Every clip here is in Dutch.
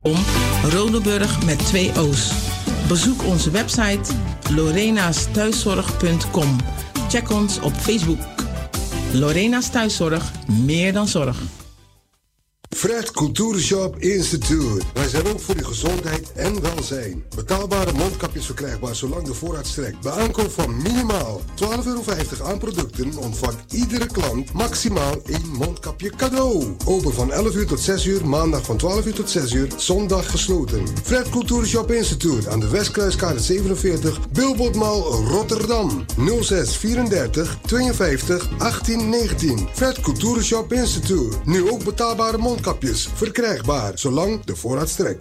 Rodenburg met 2 O's. Bezoek onze website lorenasthuiszorg.com. Check ons op Facebook. Lorena's Thuiszorg, meer dan zorg. Fred Cultuurshop Institute. Wij zijn ook voor uw gezondheid en welzijn. Betaalbare mondkapjes verkrijgbaar zolang de voorraad strekt. Bij aankoop van minimaal €12,50 aan producten ontvangt iedere klant maximaal 1 mondkapje cadeau. Open van 11 uur tot 6 uur, maandag van 12 uur tot 6 uur, zondag gesloten. Fred Cultuurshop Institute aan de Westkruiskade 47, Bilbotmal, Rotterdam. 06 34 52 18 19. Fred Cultuurshop Institute. Nu ook betaalbare mondkapjes verkrijgbaar zolang de voorraad strekt.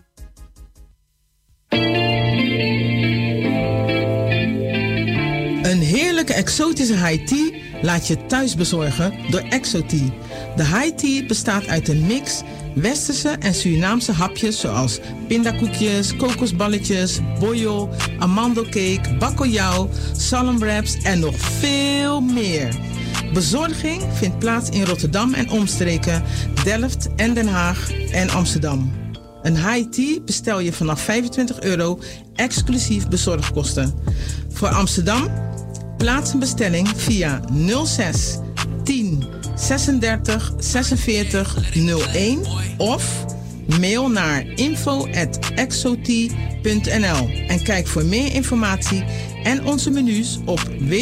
Een heerlijke exotische high tea laat je thuis bezorgen door Exotea. De high tea bestaat uit een mix westerse en Surinaamse hapjes zoals pindakoekjes, kokosballetjes, boyo, amandelcake, bakkeljauw, salmwraps en nog veel meer. Bezorging vindt plaats in Rotterdam en omstreken, Delft en Den Haag en Amsterdam. Een high tea bestel je vanaf €25 exclusief bezorgkosten. Voor Amsterdam plaats een bestelling via 06 10 36 46 01 of mail naar info@exotea.nl en kijk voor meer informatie en onze menus op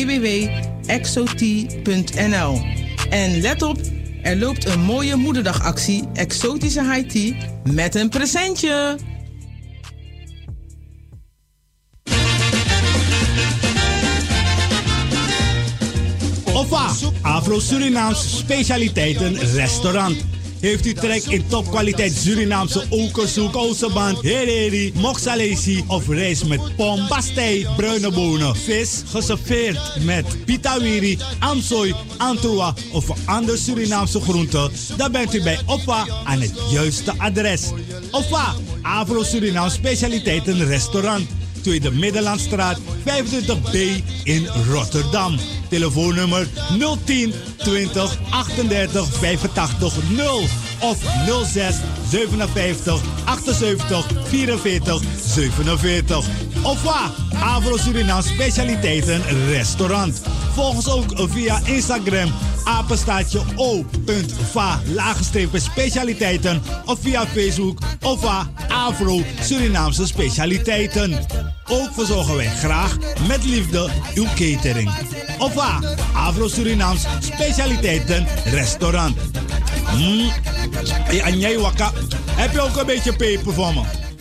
www.exotea.nl. En let op, er loopt een mooie moederdagactie exotische high tea met een presentje. OVA, Afro-Surinaamse specialiteiten restaurant. Heeft u trek in topkwaliteit Surinaamse okersoek, osseband, hereri, moksalesi of rijst met pom, pastei, bruine bonen, vis, geserveerd met pitawiri, amsooi, antroa of een ander Surinaamse groente? Dan bent u bij OVA aan het juiste adres. OVA, Afro-Surinaamse specialiteiten restaurant. Tweede Middellandstraat 25B in Rotterdam. Telefoonnummer 010 20 38 85 0 of 06 57 78 44 47. OVA, Afro-Surinaam Specialiteiten Restaurant. Volg ons ook via Instagram, apenstaartje o.va_specialiteiten of via Facebook OVA Afro-Surinaamse Specialiteiten. Ook verzorgen wij graag met liefde uw catering. OVA, Afro-Surinaams Specialiteiten Restaurant. En jij wakka, heb je ook een beetje peper voor me?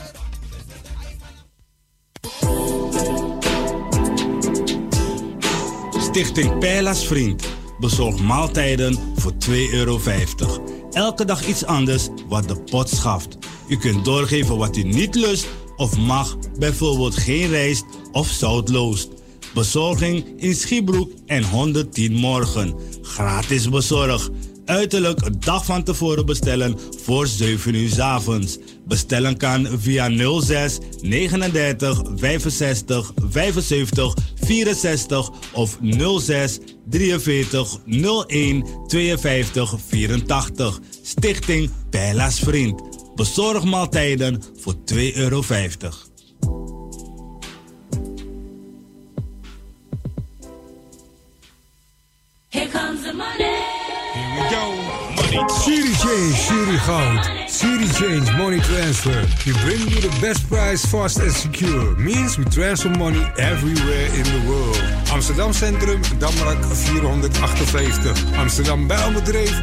Stichting Pijla's Vriend bezorgt maaltijden voor €2,50. Elke dag iets anders wat de pot schaft. U kunt doorgeven wat u niet lust of mag, bijvoorbeeld geen rijst of zoutloos. Bezorging in Schiebroek en 110 Morgen. Gratis bezorg. Uiterlijk een dag van tevoren bestellen voor 7 uur 's avonds. Bestellen kan via 06 39 65 75 64 of 06 43 01 52 84. Stichting Pijla's Vriend. Bezorg maaltijden voor €2,50. Here comes the money. Here we go. Money. City Change, City Goud. City Change Money Transfer. We bring you the best price, fast and secure. Means we transfer money everywhere in the world. Amsterdam Centrum, Damrak 458. Amsterdam Bijlbedrijf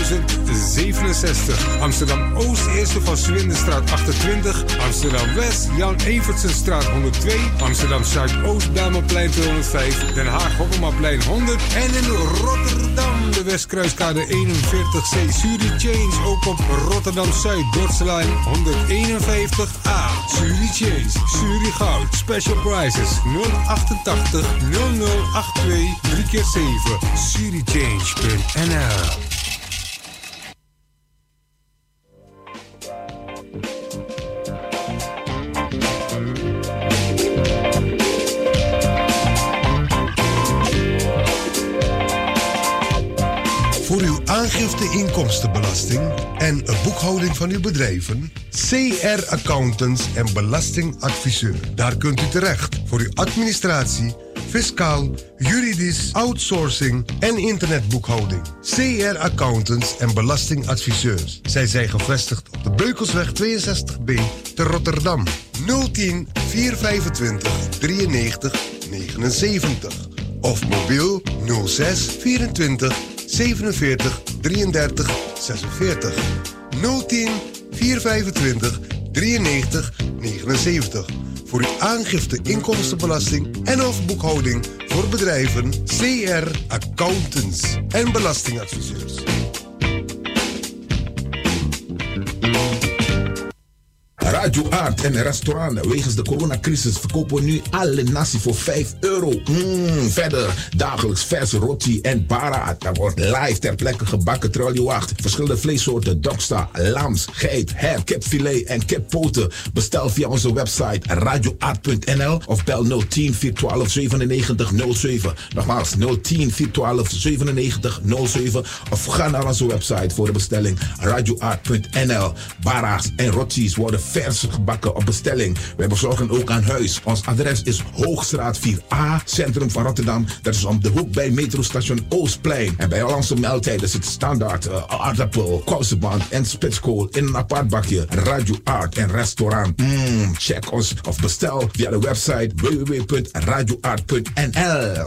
1067. Amsterdam Oost, Eerste van Swindenstraat 28. Amsterdam West, Jan Evertsenstraat 102. Amsterdam Zuidoost, Bijlmerplein 205. Den Haag, Hoppermaplein 100. En in Rotterdam, de Westkruiskade 41C. City Change, ook op Rotterdam Zuid, Dortselijn 151A. City Change, City Goud, special prices 088 0082 3x7. citychange.nl. Voor uw aangifte de inkomstenbelasting en boekhouding van uw bedrijven? CR Accountants en Belastingadviseur. Daar kunt u terecht voor uw administratie, fiscaal, juridisch, outsourcing en internetboekhouding. CR Accountants en Belastingadviseurs. Zij zijn gevestigd op de Beukelsweg 62B te Rotterdam. 010 425 93 79 of mobiel 06 24 47 33 46. 010 425 93 79. Voor uw aangifte inkomstenbelasting en of boekhouding voor bedrijven CR Accountants en Belastingadviseurs. Radio Art en restaurant. Wegens de coronacrisis verkopen we nu alle nasi voor €5. Verder dagelijks verse roti en para. Dat wordt live ter plekke gebakken terwijl je wacht. Verschillende vleessoorten: doksta, lams, geit, her, kipfilet en kippoten. Bestel via onze website radioart.nl of bel 010 412 9707. Nogmaals 010 412 9707 of ga naar onze website voor de bestelling radioart.nl. Bara's en rotis worden vers gebakken op bestelling. Wij bezorgen ook aan huis. Ons adres is Hoogstraat 4A, centrum van Rotterdam. Dat is om de hoek bij metrostation Oostplein. En bij al onze maaltijden zit standaard aardappel, kousenband en spitskool in een apart bakje. Radio Art en restaurant. Check ons of bestel via de website www.radioart.nl.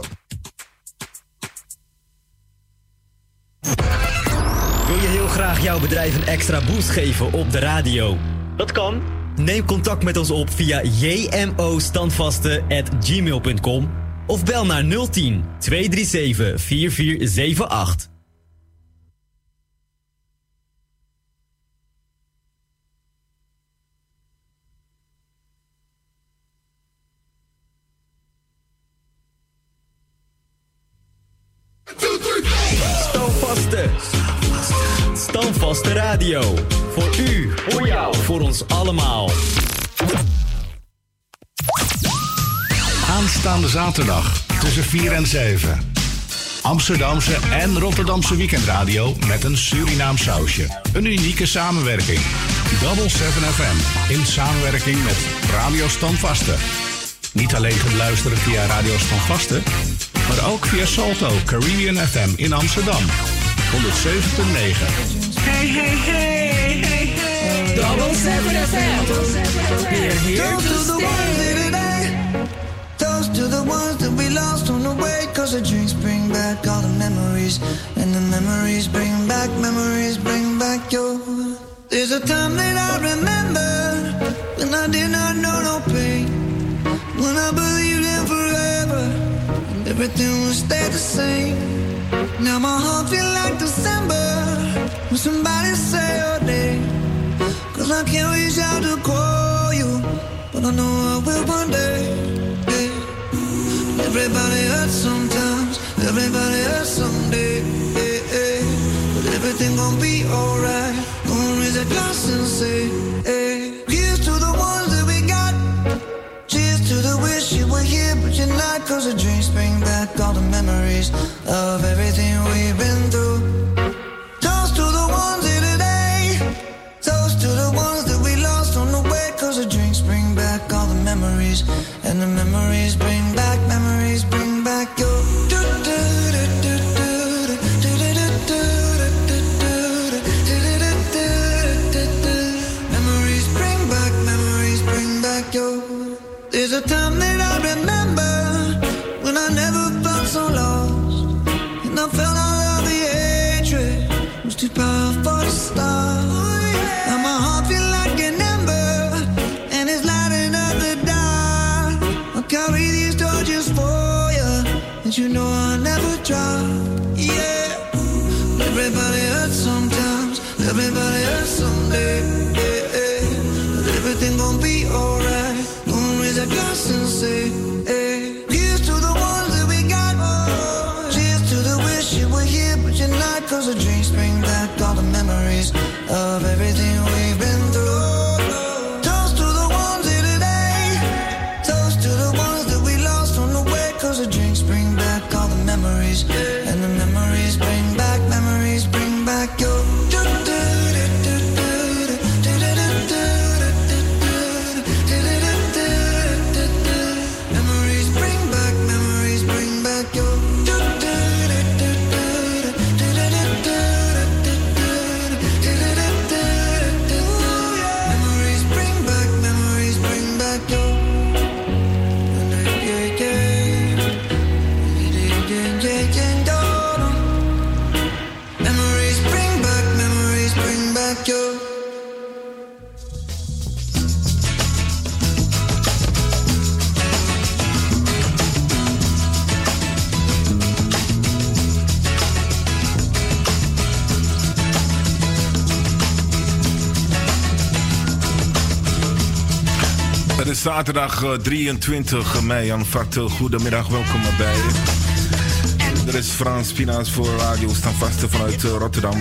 Wil je heel graag jouw bedrijf een extra boost geven op de radio? Dat kan. Neem contact met ons op via jmostandvaste@gmail.com of bel naar 010 237 4478. Standvaste radio. Voor u, voor jou, voor ons allemaal. Aanstaande zaterdag tussen 4 en 7. Amsterdamse en Rotterdamse weekendradio met een Surinaam sausje. Een unieke samenwerking. Double 7 FM in samenwerking met Radio Standvaste. Niet alleen te beluisteren via Radio Standvaste, maar ook via Salto Caribbean FM in Amsterdam. 107.9. Hey, hey, hey, hey, hey. Double 7 FM. We're here to stay. Toast to the ones that we lost on the way. Cause the drinks bring back all the memories. And the memories bring back your. There's a time that I remember when I did not know no pain. When I believed in forever and everything would stay the same. Now my heart feel like December when somebody say your name. Cause I can't reach out to call you, but I know I will one day. Yeah. Everybody hurts sometimes, everybody hurts someday. Yeah, yeah. But everything gon' be alright. Gonna raise a glass and say, hey. Here's to the ones that we got. Cheers to the wish you were here, but you're not. Cause the drinks bring back all the memories of everything we've been through. Toast to the ones here today. Toast to the ones that we lost on the way. Cause the drinks bring back all the memories. And the memories bring back your. Memories bring back your. There's a time that I remember when I never felt so lost. And I felt all of the hatred was too powerful to stop. Now my heart feel like an ember and it's lighting up the dark. I'll carry these torches for you, and you know I'll never drop. Yeah. Everybody hurts sometimes, everybody hurts someday. Yeah, yeah. But everything gon' be alright. Gonna raise a glass and say Het is zaterdag 23 mei. Aanvat, goedemiddag, welkom erbij. Er is Frans Pina's voor Radio Standvaste vanuit Rotterdam.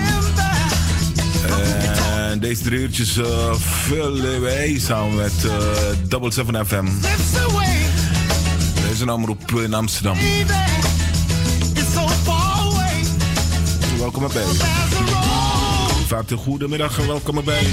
En deze 3 uurtjes vullen wij samen met Double 7 FM. Deze is een omroep in Amsterdam. Welkom erbij. Vaart een goedemiddag en welkom erbij.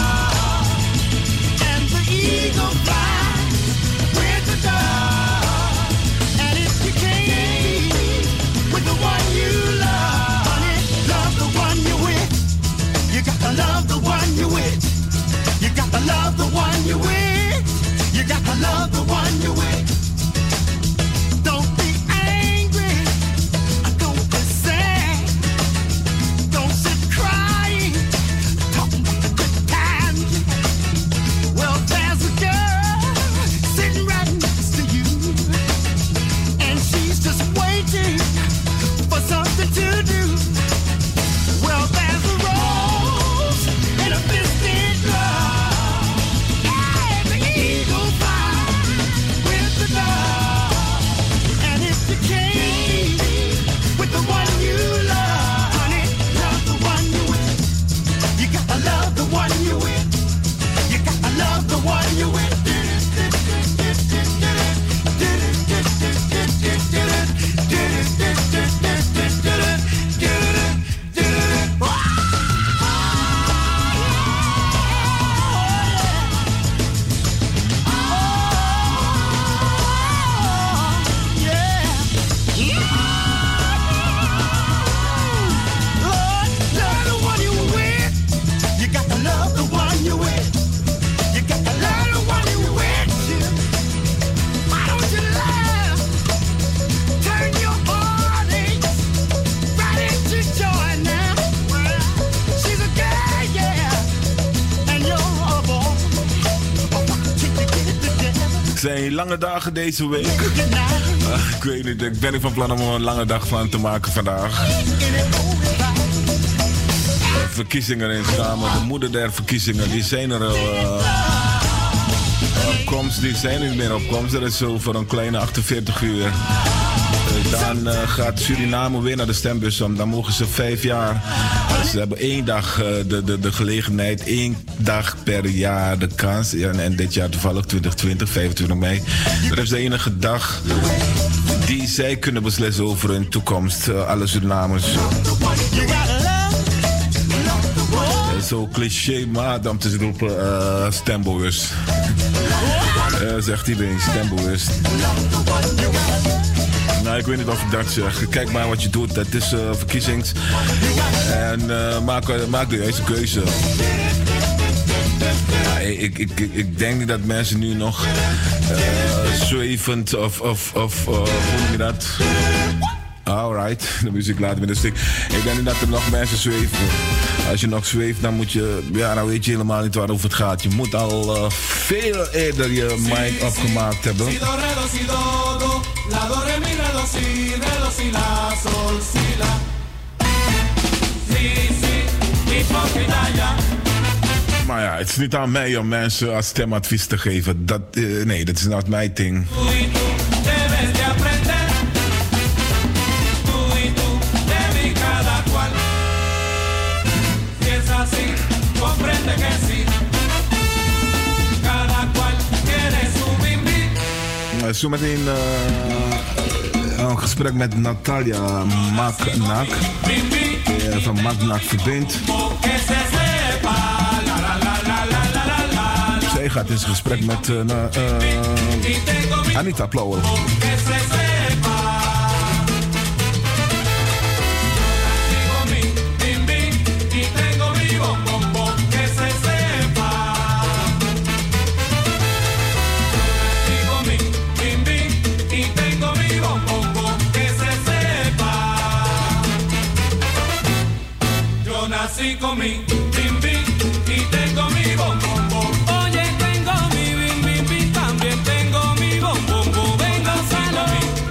Love the one you with. You gotta love the one you with. You gotta love the one you with. Don't be angry. Don't be sad. Don't sit crying. Talking about the good times. Well, there's a girl sitting right next to you, and she's just waiting for something to do. Well, there's a rose in a biscuit glove. Hey, the eagle flies with the dove. And if you can't be with the one you love, honey, love the one you with. You gotta love the one you with. You gotta love the one you with. Zijn lange dagen deze week. Ik weet niet, ik ben niet van plan om er een lange dag van te maken vandaag. Verkiezingen in samen, de moeder der verkiezingen, die zijn er opkomst, die zijn niet meer opkomst. Dat is zo voor een kleine 48 uur. Dan gaat Suriname weer naar de stembus om. Dan mogen ze 5 jaar. Dus ze hebben 1 dag de gelegenheid. 1 dag per jaar de kans. Ja, en dit jaar toevallig 2020, 25 mei. Dat is de enige dag die zij kunnen beslissen over hun toekomst. Alle Surinamers. Zo cliché, maar om te roepen stembewust. Zegt iedereen, stembewust. Nou, ik weet niet of ik dat zeg. Kijk maar wat je doet. Het is verkiezings. En maak de juiste keuze. Ja, ik denk niet dat mensen nu nog zwevend of hoe noem je dat? Alright, de muziek laat me in de stik. Ik denk niet dat er nog mensen zweven. Als je nog zweeft, dan moet je, ja, dan weet je helemaal niet waarover het gaat. Je moet al veel eerder je mind opgemaakt hebben. Maar ja, het is niet aan mij om mensen als stemadvies te geven. Nee, dat is not mijn ding. Zometeen een gesprek met Natalia Magnak van Magnak Verbindt. Zij gaat in gesprek met Anita Plouwer. Nací con mi bim bim y tengo mi bom bom bom. Oye, tengo mi bim bim bim, también tengo mi bom bom bom. Vengo sano mi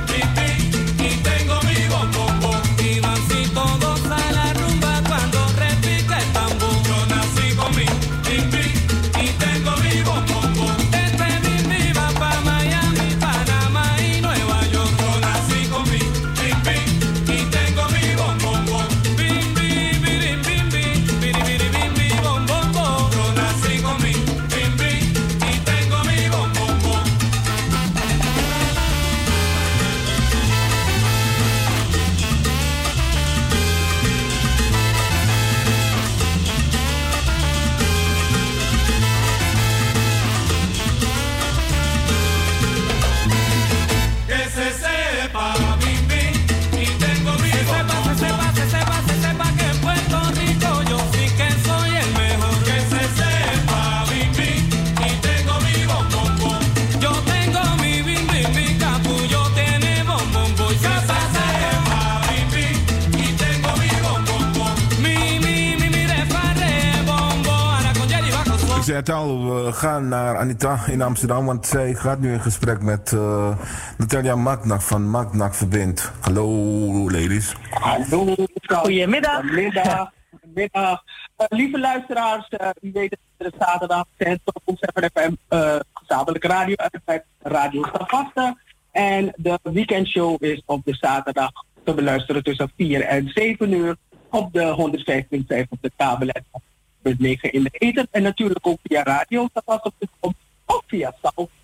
zei het al, we gaan naar Anita in Amsterdam, want zij gaat nu in gesprek met Natalia Magnak van Magnak Verbind. Hallo ladies. Hallo. Goedemiddag. Goedemiddag. Lieve luisteraars, u weet dat het zaterdag zijn op 7 FM gezamenlijke radio uit met Radio Stavaste. En de weekendshow is op de zaterdag te beluisteren tussen 4 en 7 uur op de 105.5 op de kabel en 9 in de ether. En natuurlijk ook via radio Stavaste.com of via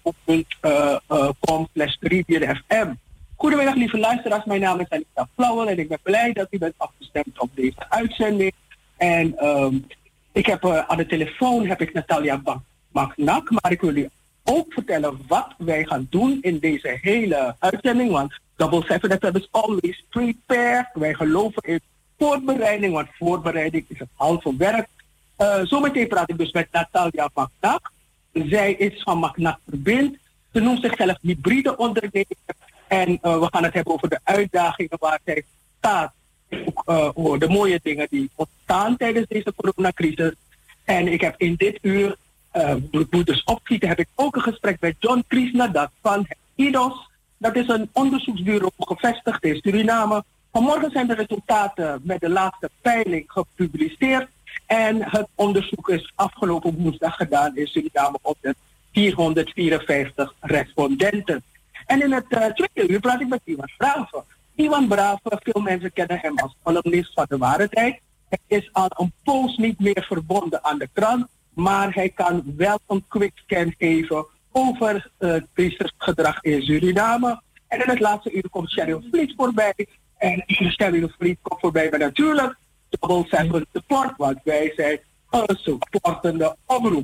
salto.com/3FM. Goedemiddag lieve luisteraars, mijn naam is Anita Flauwel en ik ben blij dat u bent afgestemd op deze uitzending. En ik heb aan de telefoon heb ik Natalia Magnak, maar ik wil u ook vertellen wat wij gaan doen in deze hele uitzending. Want Double 7 FM is always prepared. Wij geloven in voorbereiding, want voorbereiding is het halve werk. Zometeen praat ik dus met Natalia Magnak. Zij is van Magnak Verbind. Ze noemt zichzelf hybride ondernemer. En we gaan het hebben over de uitdagingen waar zij staat. De mooie dingen die ontstaan tijdens deze coronacrisis. En ik heb in dit uur, moet dus opschieten, heb ik ook een gesprek met John Kriesnadat van IDOS. Dat is een onderzoeksbureau gevestigd in Suriname. Vanmorgen zijn de resultaten met de laatste peiling gepubliceerd. En het onderzoek is afgelopen woensdag gedaan in Suriname op de 454 respondenten. En in het tweede uur praat ik met Iwan Brave. Iwan Brave, veel mensen kennen hem als columnist van De Ware Tijd. Hij is al een poos niet meer verbonden aan de krant, maar hij kan wel een quick scan geven over crisisgedrag in Suriname. En in het laatste uur komt Cheryl Vliet voorbij. En Cheryl Vliet komt voorbij met natuurlijk Double 7 Support, want wij zijn een supportende omroep.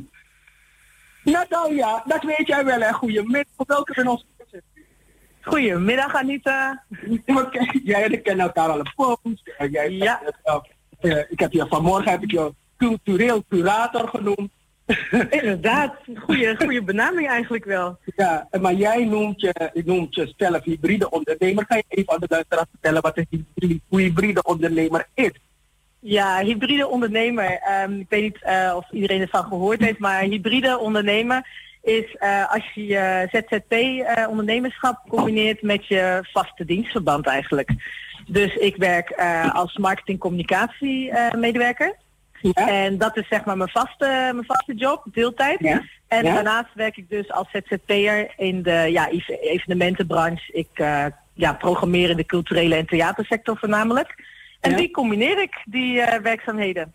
Natalia, dat weet jij wel hè, goedemiddag. Welke van ons? Goedemiddag Anita. Jij en ik kennen elkaar al een poos. Ja. Ik heb je vanmorgen heb ik je cultureel curator genoemd. Inderdaad, goede benaming eigenlijk wel. Ja, maar jij noemt jezelf hybride ondernemer. Ga je even aan de luisteraars vertellen wat een hybride ondernemer is? Ja, hybride ondernemer. Ik weet niet of iedereen ervan gehoord heeft, maar hybride ondernemer is als je je ZZP-ondernemerschap combineert met je vaste dienstverband eigenlijk. Dus ik werk als marketing-communicatie-medewerker. Ja. En dat is zeg maar mijn vaste job, deeltijd. Ja. En daarnaast werk ik dus als ZZP'er in de evenementenbranche. Ik programmeer in de culturele en theatersector voornamelijk. En die combineer ik, die werkzaamheden.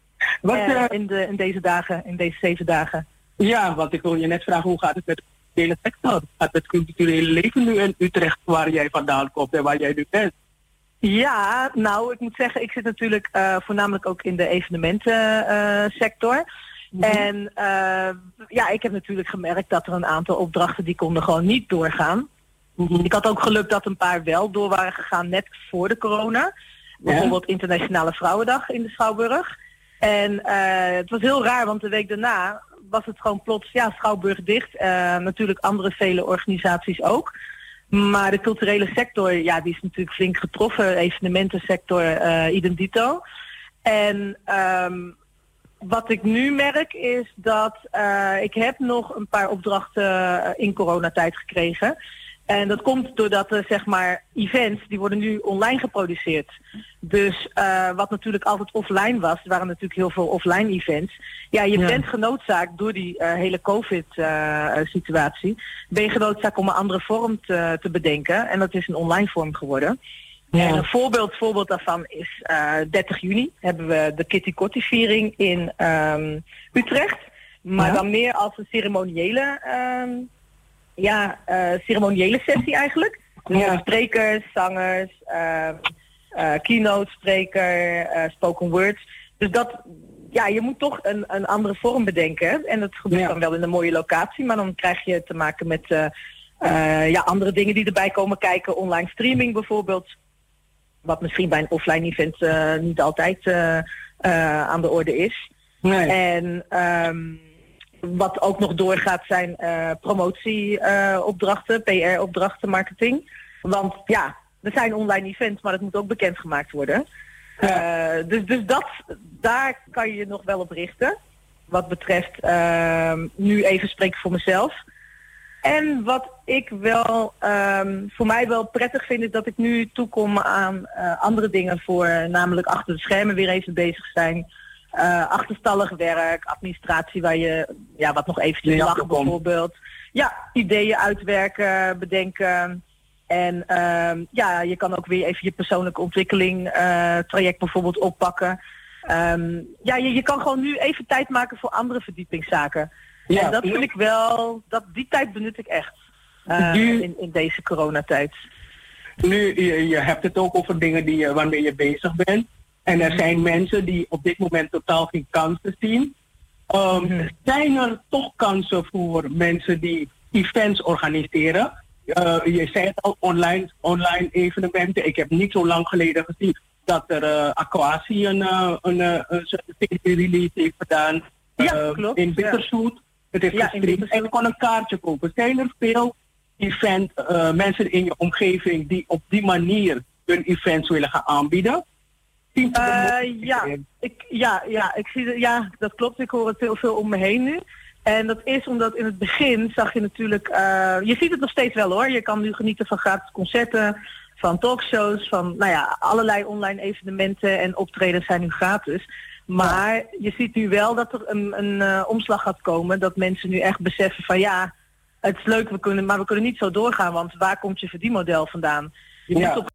In deze dagen, in deze 7 dagen. Ja, want ik wil je net vragen, hoe gaat het met de culturele sector? Hoe gaat het culturele leven nu in Utrecht, waar jij vandaan komt en waar jij nu bent? Ja, nou, ik moet zeggen, ik zit natuurlijk voornamelijk ook in de evenementensector. En ik heb natuurlijk gemerkt dat er een aantal opdrachten die konden gewoon niet doorgaan. Ik had ook geluk dat een paar wel door waren gegaan net voor de corona. Bijvoorbeeld Internationale Vrouwendag in de Schouwburg. En het was heel raar, want de week daarna was het gewoon plots, Schouwburg dicht. Natuurlijk andere vele organisaties ook. Maar de culturele sector, die is natuurlijk flink getroffen. Evenementensector, idem dito. En wat ik nu merk is dat ik heb nog een paar opdrachten in coronatijd gekregen. En dat komt doordat events, die worden nu online geproduceerd. Dus wat natuurlijk altijd offline was, er waren natuurlijk heel veel offline events. Ja, je bent genoodzaakt door die hele COVID-situatie, ben je genoodzaakt om een andere vorm te bedenken. En dat is een online vorm geworden. Ja. En een voorbeeld daarvan is 30 juni hebben we de Kitty Kotti viering in Utrecht. Maar dan meer als een ceremoniële sessie eigenlijk. Dus sprekers, zangers, keynote spreker, spoken words. Dus je moet toch een andere vorm bedenken. En dat gebeurt dan wel in een mooie locatie, maar dan krijg je te maken met andere dingen die erbij komen kijken. Online streaming bijvoorbeeld. Wat misschien bij een offline event niet altijd aan de orde is. Nee. En wat ook nog doorgaat zijn promotieopdrachten, PR-opdrachten, marketing. Want er zijn online events, maar dat moet ook bekendgemaakt worden. Ja. Dus daar kan je je nog wel op richten. wat betreft nu even spreken voor mezelf. En wat ik wel voor mij wel prettig vind, is dat ik nu toekom aan andere dingen voor, namelijk achter de schermen weer even bezig zijn. Achterstallig werk, administratie waar je wat nog eventjes lachen bijvoorbeeld. Ja, ideeën uitwerken, bedenken. En je kan ook weer even je persoonlijke ontwikkeling traject bijvoorbeeld oppakken. Je kan gewoon nu even tijd maken voor andere verdiepingszaken. Ja, en dat vind ik wel, die tijd benut ik echt in deze coronatijd. Nu, je hebt het ook over dingen waarmee je bezig bent. En er zijn mensen die op dit moment totaal geen kansen zien. Zijn er toch kansen voor mensen die events organiseren? Je zei het al, online evenementen. Ik heb niet zo lang geleden gezien dat er Aquasi een release heeft gedaan in Bitterzoet. Ja. Het is gestreamd en je kon een kaartje kopen. Zijn er veel mensen in je omgeving die op die manier hun events willen gaan aanbieden? Ik zie dat klopt. Ik hoor het heel veel om me heen nu. En dat is omdat in het begin zag je natuurlijk, je ziet het nog steeds wel hoor. Je kan nu genieten van gratis concerten, van talkshows, van allerlei online evenementen en optredens zijn nu gratis. Maar je ziet nu wel dat er een omslag gaat komen, dat mensen nu echt beseffen van het is leuk, maar we kunnen niet zo doorgaan, want waar komt je verdienmodel vandaan? Je moet op